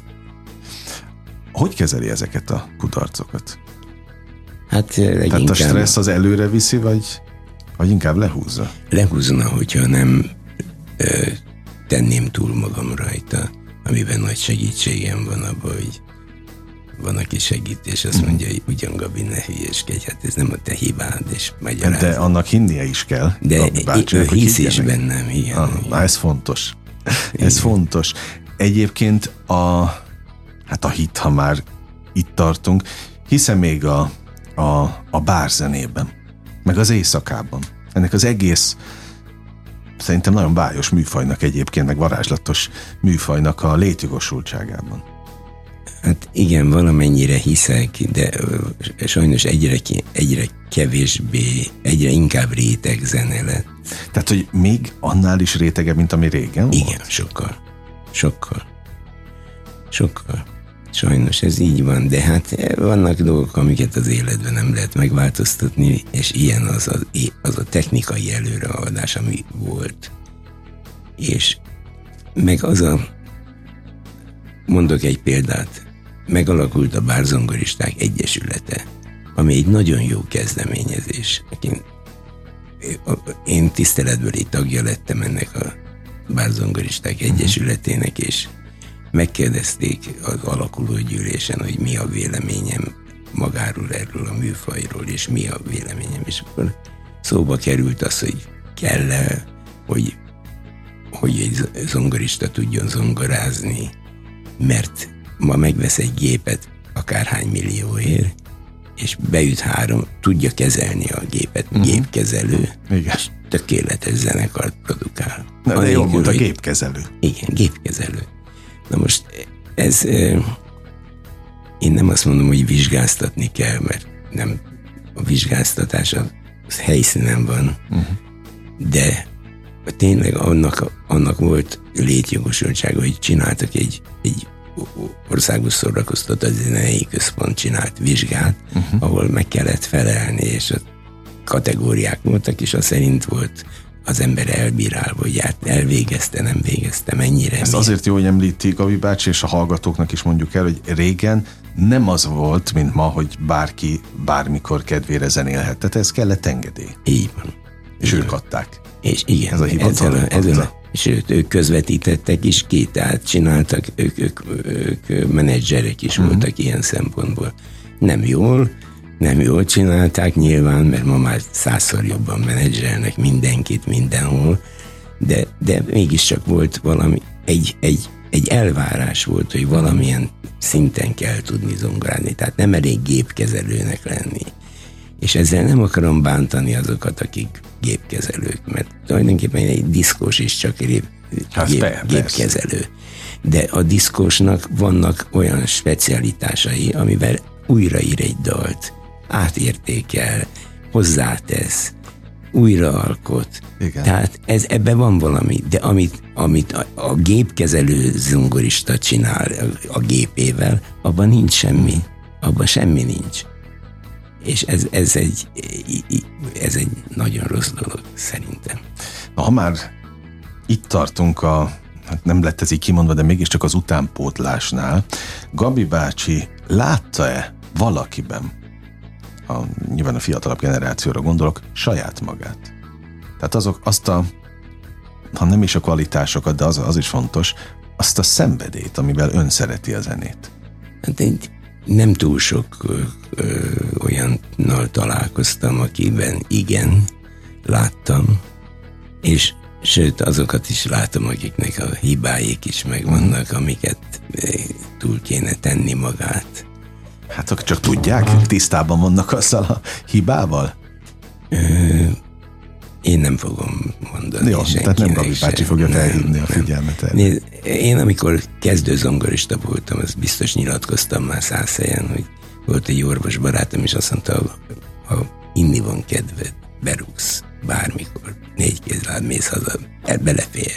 Hogy kezeli ezeket a kudarcokat? Hát Tehát a stressz az előre viszi, vagy, vagy inkább lehúzza? Lehúzna, hogyha nem ö, tenném túl magam rajta, amiben nagy segítségem van abban, hogy van, aki segít, és azt mondja, hogy ugyan Gabi, ne hülyeskedj, hát ez nem a te hibád, és magyarázat. De annak hinnie is kell. De ő hisz is bennem, igen. Ah, igen. Ez fontos. Ez igen. fontos. Egyébként a, hát a hit, ha már itt tartunk, hiszen még a A, a bárzenében, meg az éjszakában. Ennek az egész szerintem nagyon bájos műfajnak egyébként, meg varázslatos műfajnak a létjogosultságában. Hát igen, valamennyire hiszek, de sajnos egyre, egyre kevésbé, egyre inkább réteg zene lett. Tehát, hogy még annál is rétegebb, mint ami régen igen, volt? Igen, sokkal. Sokkal. Sokkal. Sajnos ez így van, de hát vannak dolgok, amiket az életben nem lehet megváltoztatni, és ilyen az a, az a technikai előrehaladás, ami volt. És meg az a, mondok egy példát, megalakult a Bárzongoristák Egyesülete, ami egy nagyon jó kezdeményezés. Én tiszteletbeli tagja lettem ennek a Bárzongoristák Egyesületének, és megkérdezték az alakulógyűlésen, hogy mi a véleményem magáról erről a műfajról, és mi a véleményem, és akkor szóba került az, hogy kell-e, hogy, hogy egy zongorista tudjon zongorázni, mert ma megvesz egy gépet akárhány millióért, és beüt három, tudja kezelni a gépet, uh-huh. gépkezelő, igen. és tökéletes zenekart produkál. Na, de jó volt a gépkezelő. Igen, gépkezelő. Na most ez, én nem azt mondom, hogy vizsgáztatni kell, mert nem, a vizsgáztatás az helyszínen van, uh-huh. de tényleg annak, annak volt létjogosultsága, hogy csináltak egy, egy országos szórakoztató zenei központ csinált vizsgát, uh-huh. ahol meg kellett felelni, és a kategóriák voltak, és az szerint volt az ember elbírálva, hogy hát elvégezte, nem végezte, mennyire. Ezt azért jó, hogy említi Gabi bácsi, és a hallgatóknak is mondjuk el, hogy régen nem az volt, mint ma, hogy bárki bármikor kedvére zenélhet. Tehát ez kellett engedély. Így van. És így ők van. Adták. És igen, ez a hivatal. Ezen a, ezen a, sőt, ők közvetítettek is ki, tehát csináltak, ők, ők, ők menedzserek is uh-huh. voltak ilyen szempontból. Nem jól, nem jól csinálták nyilván, mert ma már százszor jobban menedzselnek mindenkit, mindenhol, de, de mégiscsak volt valami, egy, egy, egy elvárás volt, hogy valamilyen szinten kell tudni zongorázni, tehát nem elég gépkezelőnek lenni. És ezzel nem akarom bántani azokat, akik gépkezelők, mert tulajdonképpen egy diszkós is csak gép, gép, be, gépkezelő. De a diszkósnak vannak olyan specialitásai, amivel újraír egy dalt, átértékel, hozzátesz, újraalkot. Igen. Tehát ez, ebben van valami, de amit, amit a, a gépkezelő zongorista csinál a gépével, abban nincs semmi. Abban semmi nincs. És ez, ez, egy, ez egy nagyon rossz dolog, szerintem. Na, ha már itt tartunk a, hát nem lett ez így kimondva, de mégiscsak az utánpótlásnál, Gabi bácsi látta-e valakiben, a, nyilván a fiatalabb generációra gondolok, saját magát? Tehát azok, azt a, ha nem is a kvalitásokat, de az, az is fontos, azt a szenvedélyt, amivel ön szereti a zenét. Hát én nem túl sok ö, ö, olyannal találkoztam, akiben igen, láttam, és sőt, azokat is látom, akiknek a hibáik is megvannak, amiket túl kéne tenni magát. Hát akkor csak tudják, tisztában vannak azzal a hibával? Ö, én nem fogom mondani. Jó, tehát nem Gabi bácsi fogja felhívni a figyelmet el. Nézd, én amikor kezdő zongorista voltam, azt biztos nyilatkoztam már száz helyen, hogy volt egy orvos barátom, és azt mondta, ha inni van kedved, berúgsz bármikor, négy kézláb mész haza, belefér.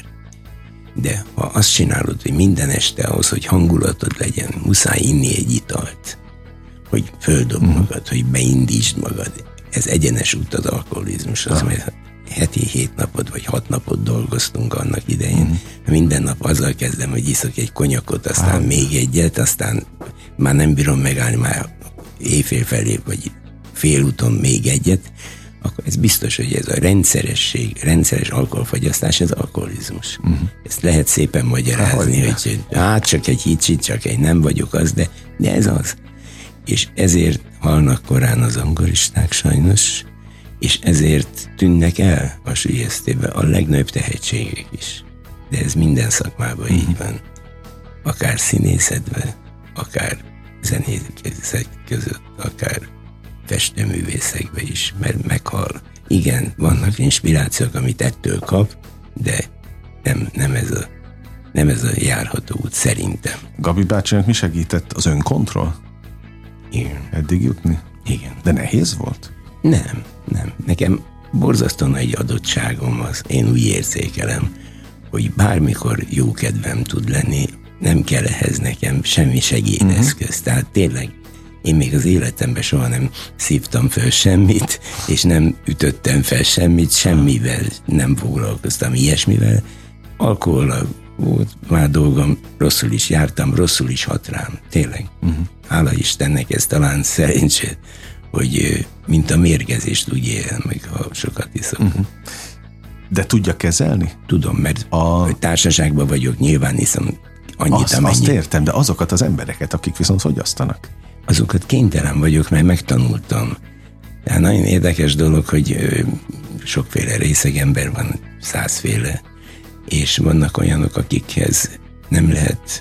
De ha azt csinálod, hogy minden este ahhoz, hogy hangulatod legyen, muszáj inni egy italt, hogy földob mm. magad, hogy beindítsd magad, ez egyenes út az alkoholizmushoz, ah. mert heti hét napot vagy hat napot dolgoztunk annak idején. Mm. Minden nap azzal kezdem, hogy iszok egy konyakot, aztán ah. még egyet, aztán már nem bírom megállni, már éjfél felé, vagy félúton még egyet, akkor ez biztos, hogy ez a rendszeresség, rendszeres alkoholfogyasztás, ez alkoholizmus. Uh-huh. Ezt lehet szépen magyarázni, Há, hogy hát csak egy hicsit, csak egy nem vagyok az, de, de ez az. És ezért halnak korán az zongoristák sajnos, és ezért tűnnek el a sülyeztőbe a legnagyobb tehetségek is. De ez minden szakmában uh-huh. így van. Akár színészetben, akár zenészek között, akár festőművészekbe is, mert meghal. Igen, vannak inspirációk, amit ettől kap, de nem, nem, ez a, nem ez a járható út, szerintem. Gabi bácsinak mi segített? Az önkontroll? Igen. Eddig jutni? Igen. De nehéz volt? Nem, nem. Nekem borzasztó nagy adottságom az, én úgy érzékelem, hogy bármikor jó kedvem tud lenni, nem kell ehhez nekem semmi segédeszköz. Uh-huh. Tehát tényleg én még az életemben soha nem szívtam fel semmit, és nem ütöttem fel semmit, semmivel nem foglalkoztam ilyesmivel. Alkohollal volt már dolgom, rosszul is jártam, rosszul is hat rám, tényleg. Uh-huh. Hála Istennek, ez talán szerencsé, hogy mint a mérgezést úgy élem meg, ha sokat iszok. Uh-huh. De tudja kezelni? Tudom, mert a társaságban vagyok, nyilván iszom annyit, azt, amennyi. Azt értem, de azokat az embereket, akik viszont fogyasztanak? Azokat kénytelen vagyok, mert megtanultam. Tehát nagyon érdekes dolog, hogy sokféle részeg ember van, százféle, és vannak olyanok, akikhez nem lehet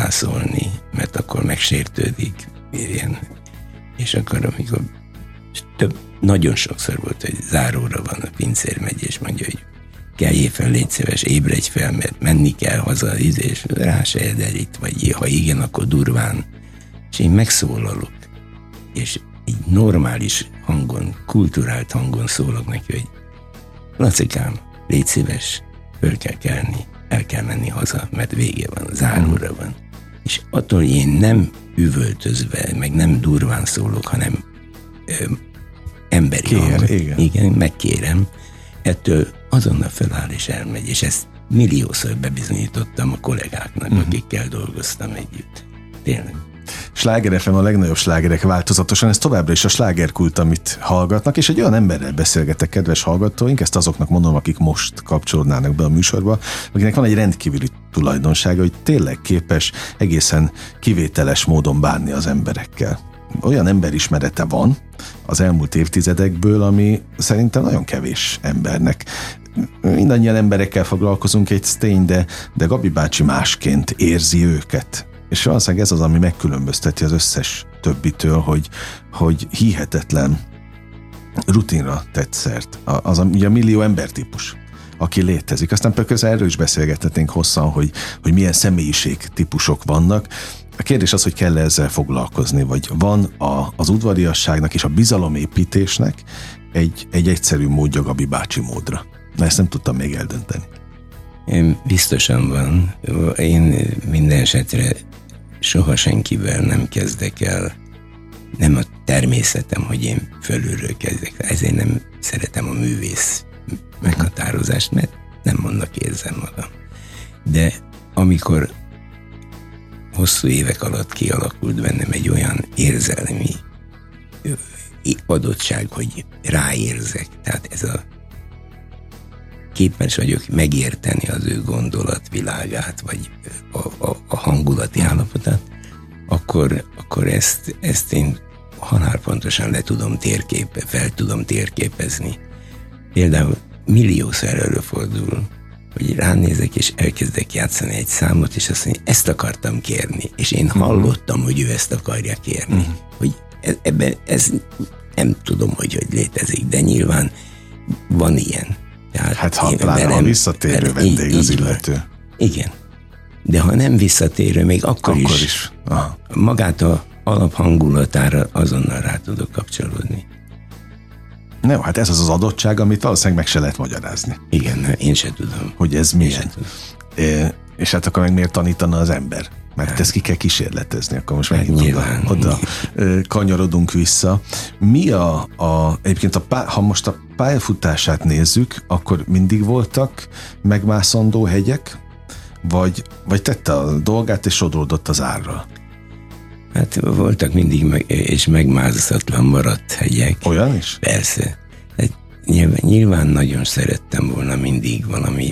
hozzászólni, mert akkor megsértődik, ilyen. És akkor, amikor több, nagyon sokszor volt, hogy záróra van, a pincér megy, és mondja, hogy keljél fel, légy szíves, ébredj fel, mert menni kell haza, és rá se ederít, vagy ha igen, akkor durván. És én megszólalok, és egy normális hangon, kulturált hangon szólok neki, hogy Lacikám, légy szíves, föl kell kelni, el kell menni haza, mert vége van, záróra van. És attól én nem üvöltözve, meg nem durván szólok, hanem ö, emberi Kér, hangon. igen. Igen, megkérem. Ettől azonnal feláll és elmegy, és ezt milliószor bebizonyítottam a kollégáknak, uh-huh. akikkel dolgoztam együtt. Tényleg. Sláger ef em a legnagyobb slágerek változatosan, ez továbbra is a slágerkult, amit hallgatnak, és egy olyan emberrel beszélgetek, kedves hallgatóink, ezt azoknak mondom, akik most kapcsolódnának be a műsorba, akinek van egy rendkívüli tulajdonsága, hogy tényleg képes egészen kivételes módon bánni az emberekkel. Olyan emberismerete van az elmúlt évtizedekből, ami szerintem nagyon kevés embernek. Mindannyian emberekkel foglalkozunk, egy tény, de, de Gabi bácsi másként érzi őket. És valószínűleg ez az, ami megkülönbözteti az összes többitől, hogy, hogy hihetetlen rutinra tett szert. Az a, ugye a millió embertípus, aki létezik. Aztán persze erről is beszélgethetnénk hosszan, hogy, hogy milyen személyiség típusok vannak. A kérdés az, hogy kell ezzel foglalkozni, vagy van a, az udvariasságnak és a bizalomépítésnek egy, egy egyszerű módja Gabi bácsi módra. Na, ezt nem tudtam még eldönteni. Én biztosan van. Én minden esetre soha senkivel nem kezdek el. Nem a természetem, hogy én fölülről kezdek. Ezért nem szeretem a művész meghatározást, mert nem annak érzem magam. De amikor hosszú évek alatt kialakult bennem egy olyan érzelmi adottság, hogy ráérzek. Tehát ez a képes vagyok megérteni az ő gondolatvilágát, vagy a, a, a hangulati állapotát, akkor, akkor ezt, ezt én halálpontosan le tudom térképe, fel tudom térképezni. Például milliószor előfordul, hogy ránézek, és elkezdek játszani egy számot, és azt mondja, ezt akartam kérni, és én hallottam, hogy ő ezt akarja kérni. Uh-huh. Hogy ez, ebben, ez nem tudom, hogy hogy létezik, de nyilván van ilyen. Tehát hát ha pláne a visszatérő vendég az illető. Igen. De ha nem visszatérő, még akkor, akkor is, is. Aha. magát a alaphangulatára azonnal rá tudok kapcsolódni. Nem, hát ez az az adottság, amit valószínűleg meg se lehet magyarázni. Igen, én se tudom. Hogy ez milyen. É, és hát akkor meg miért tanítana az ember? Mert hát. Ezt ki kell kísérletezni, akkor most megint oda, oda kanyarodunk vissza. Mi a, a egyébként a pá, ha most a pályafutását nézzük, akkor mindig voltak megmászandó hegyek, vagy, vagy tette a dolgát és sodródott az árral? Hát voltak mindig meg, és megmászatlan maradt hegyek. Olyan is? Persze. Hát nyilván, nyilván nagyon szerettem volna mindig valami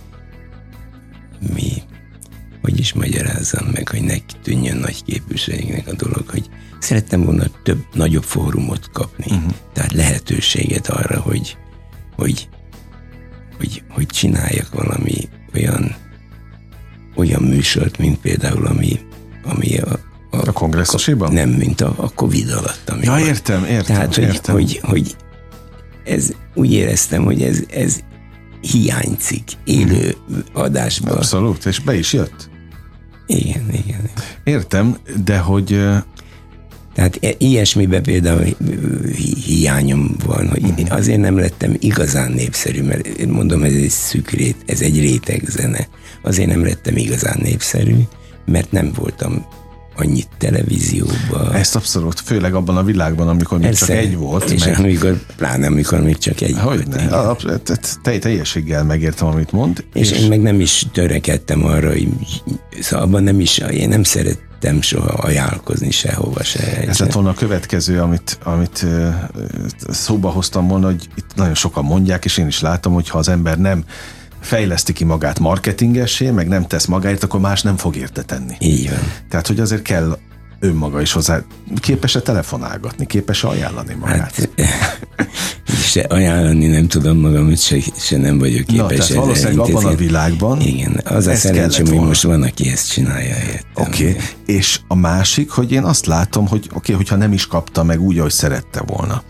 mi hogy is magyarázzam meg, hogy neki tűnjön nagy képviségnek a dolog, hogy szerettem volna több, nagyobb fórumot kapni. Uh-huh. Tehát lehetőséget arra, hogy, hogy, hogy, hogy csináljak valami olyan, olyan műsort, mint például ami, ami a, a, a kongresszusiban? Nem, mint a, a Covid alatt. Ja, értem, értem. Tehát, értem. Hogy, hogy, hogy ez, úgy éreztem, hogy ez, ez hiányzik élő adásban. Abszolút, és be is jött. Igen, igen. Értem, de hogy... Tehát ilyesmiben például hi- hiányom van, hogy uh-huh. azért nem lettem igazán népszerű, mert mondom, ez egy szűk rét, ez egy réteg zene. Azért nem lettem igazán népszerű, mert nem voltam annyit televízióban. Ezt abszolút, főleg abban a világban, amikor még csak egy volt. És meg... amikor, pláne amikor még csak egy Hogyne, volt. Te, teljességgel megértem, amit mond. És, és én meg nem is törekedtem arra, hogy szóval abban nem is, én nem szerettem soha ajánlkozni sehova se. Ez lett volna a következő, amit, amit szóba hoztam volna, hogy itt nagyon sokan mondják, és én is látom, hogy ha az ember nem fejleszti ki magát marketingessé, meg nem tesz magáért, akkor más nem fog érte tenni. Így van. Tehát, hogy azért kell önmaga is hozzá, képes-e telefonálgatni, képes-e ajánlani magát? Hát, se ajánlani nem tudom magam, se, se nem vagyok képes. Na, tehát valószínűleg abban a világban igen, az a szerencsém, hogy most van, aki ezt csinálja. Oké, okay. És a másik, hogy én azt látom, hogy oké, okay, hogyha nem is kapta meg úgy, ahogy szerette volna,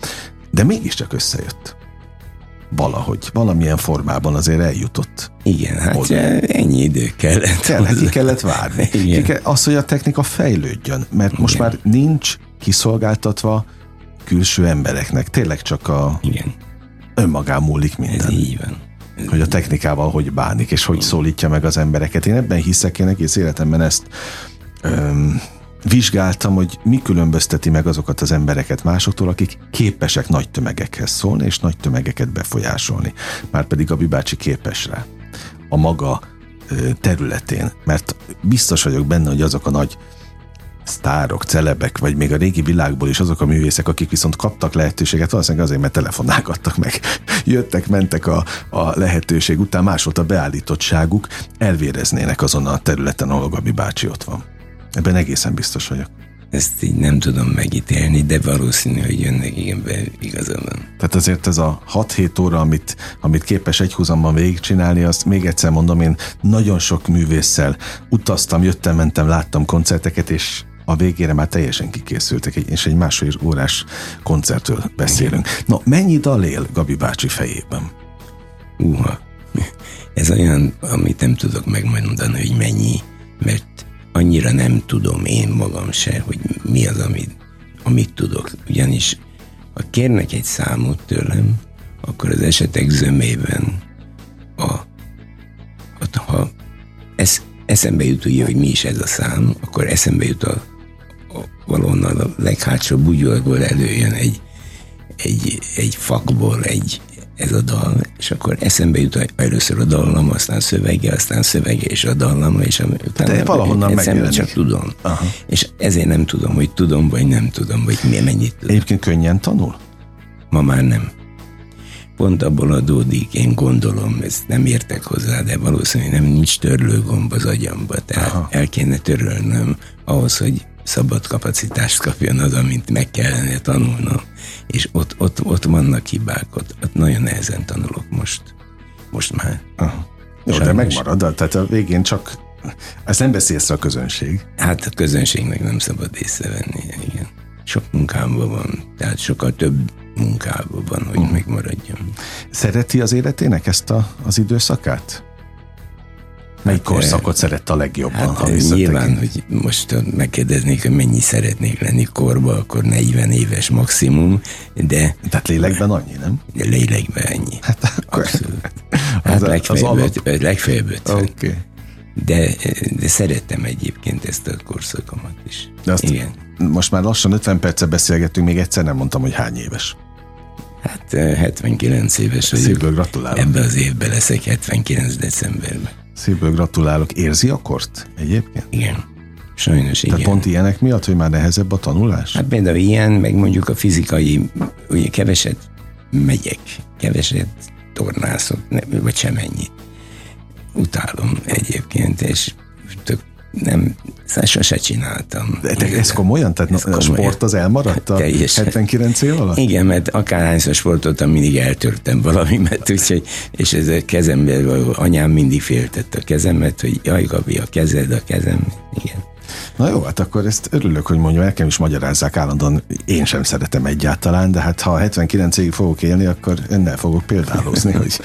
De mégiscsak összejött. Valahogy, valamilyen formában azért eljutott. Igen, hát oda. Ennyi idő kellett. Kellett, ki kellett várni. Ki kell, az, hogy a technika fejlődjön, mert Igen. most már nincs kiszolgáltatva külső embereknek. Tényleg csak a Igen. önmagán múlik minden. Ez így van. Ez hogy a technikával hogy bánik, és hogy Igen. szólítja meg az embereket. Én ebben hiszek, én egész életemben ezt öm, vizsgáltam, hogy mi különbözteti meg azokat az embereket másoktól, akik képesek nagy tömegekhez szólni, és nagy tömegeket befolyásolni. Márpedig Gabi bácsi képes rá a maga területén, mert biztos vagyok benne, hogy azok a nagy sztárok, celebek, vagy még a régi világból is azok a művészek, akik viszont kaptak lehetőséget, valószínűleg azért, mert telefonálgattak meg. Jöttek, mentek a, a lehetőség után, más volt a beállítottságuk, elvéreznének azon a területen, ahol Gabi bácsi ott van. Ebben egészen biztos vagyok. Ezt így nem tudom megítélni, de valószínű, hogy jönnek igen be igazán. Tehát azért ez a hat-hét óra, amit, amit képes egyhuzamban végigcsinálni, azt még egyszer mondom, én nagyon sok művésszel utaztam, jöttem, mentem, láttam koncerteket, és a végére már teljesen kikészültek, és egy másfél órás koncertől beszélünk. Na, mennyi dal él Gabi bácsi fejében? Uha, ez olyan, amit nem tudok megmondani, hogy mennyi, mert annyira nem tudom én magam se, hogy mi az, amit, amit tudok. Ugyanis, ha kérnek egy számot tőlem, akkor az esetek zömében a, a, ha ez, eszembe jut ugye, hogy mi is ez a szám, akkor eszembe jut a, a valahonnan a leghátsó bugyolból előjön egy, egy, egy fakból egy ez a dal, és akkor eszembe jut először a dallam, aztán szövege, aztán szövege és a dallama, és utána de valahonnan megjelenik. Csak tudom. Aha. És ezért nem tudom, hogy tudom, vagy nem tudom, vagy mi, mennyit tudom. Egyébként könnyen tanul? Ma már nem. Pont abból adódik, én gondolom, ezt nem értek hozzá, de valószínűleg nem nincs törlőgomb az agyamba, tehát Aha. el kéne törölnöm ahhoz, hogy szabad kapacitást kapjon az, amit meg kellene tanulnom. És ott, ott, ott vannak hibák, ott, ott nagyon nehezen tanulok most. Most már. Aha. Jó, Sajnos. De megmarad, tehát a végén csak ezt nem veszi észre a közönség. Hát a közönségnek nem szabad észrevenni, igen. Sok munkában van, tehát sokkal több munkában van, hogy uh-huh. megmaradjon. Szereti az életének ezt a, az időszakát? Melyik hát, korszakot szerette a legjobban? Hát nyilván, hogy most megkérdeznék, hogy mennyi szeretnék lenni korba, akkor negyven éves maximum, de... Tehát lélekben annyi, nem? De lélekben annyi. Hát akkor... Abszolút. Hát az legfeljebb, legfeljebb ötven. Okay. De, de szerettem egyébként ezt a korszakomat is. De azt igen. Most már lassan ötven percet beszélgetünk, még egyszer nem mondtam, hogy hány éves. Hát hetvenkilenc éves vagyok. Szívből gratulálok. Ebben az évben leszek hetvenkilenc decemberben. Szívből gratulálok. Érzi a kort egyébként? Igen. Sajnos igen. Tehát pont ilyenek miatt, hogy már nehezebb a tanulás? Hát például ilyen, meg mondjuk a fizikai, ugye keveset megyek, keveset tornászok, vagy semennyit. Utálom egyébként, és tök nem, sose csináltam. De ez komolyan? Tehát ez a komolyan. Sport az elmaradt a teljesen. hetvenkilenc év alatt? Igen, mert akárhányszor sportoltam, mindig eltörtem valamimet, úgyhogy, és ez a kezemben, anyám mindig féltette a kezemet, hogy jaj, Gabi, a kezed, a kezem, igen. Na jó, hát akkor ezt örülök, hogy mondjam, nekem is magyarázzák állandóan, én sem szeretem egyáltalán, de hát ha hetvenkilenc évig fogok élni, akkor önnel fogok példálózni, hogy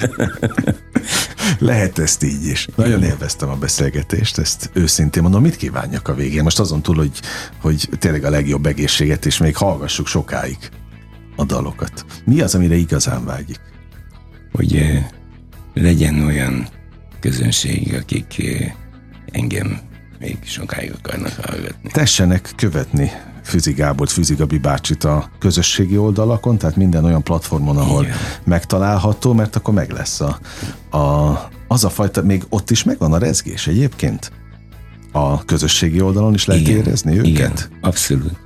lehet ezt így is. Nagyon élveztem a beszélgetést, ezt őszintén mondom, mit kívánjak a végén? Most azon túl, hogy, hogy tényleg a legjobb egészséget, és még hallgassuk sokáig a dalokat. Mi az, amire igazán vágyik? Hogy eh, legyen olyan közönség, akik eh, engem még sokáig akarnak hallgatni. Tessenek követni Füzi Gábort, Füzi Gabi bácsit a közösségi oldalakon, tehát minden olyan platformon, ahol igen. megtalálható, mert akkor meg lesz a, a, az a fajta, még ott is megvan a rezgés egyébként? A közösségi oldalon is lehet igen, érezni őket? Igen, abszolút.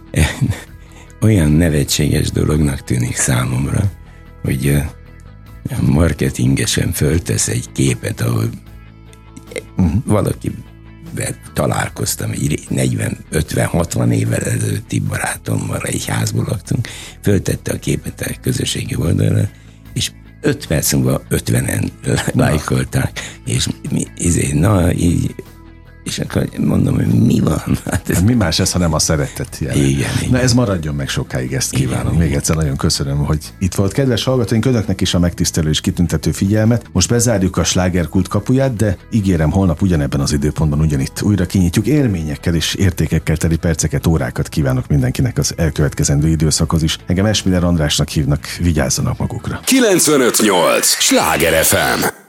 Olyan nevetséges dolognak tűnik számomra, hogy marketingesen föltesz egy képet, ahol uh-huh. valaki találkoztam egy negyven, ötven, hatvan évvel előtti barátommal, egy házból laktunk, föltette a képet a közösségi oldalra, és öt perc múlva ötvenen lájkolták, és mi, izé, na, így És akkor mondom, hogy mi van? Hát ez mi más ez, ha nem a szeretet jelen. Igen, igen. Na ez maradjon meg sokáig, ezt kívánom. Igen, Még igen. egyszer nagyon köszönöm, hogy itt volt. Kedves hallgatóink, önöknek is a megtisztelő és kitüntető figyelmet. Most bezárjuk a slágerkult kapuját, de ígérem, holnap ugyanebben az időpontban ugyanitt újra kinyitjuk. Élményekkel és értékekkel teli perceket, órákat kívánok mindenkinek az elkövetkezendő időszakhoz is. Engem Esmiller Andrásnak hívnak, vigyázzanak magukra. kilencvenöt nyolc Sláger ef em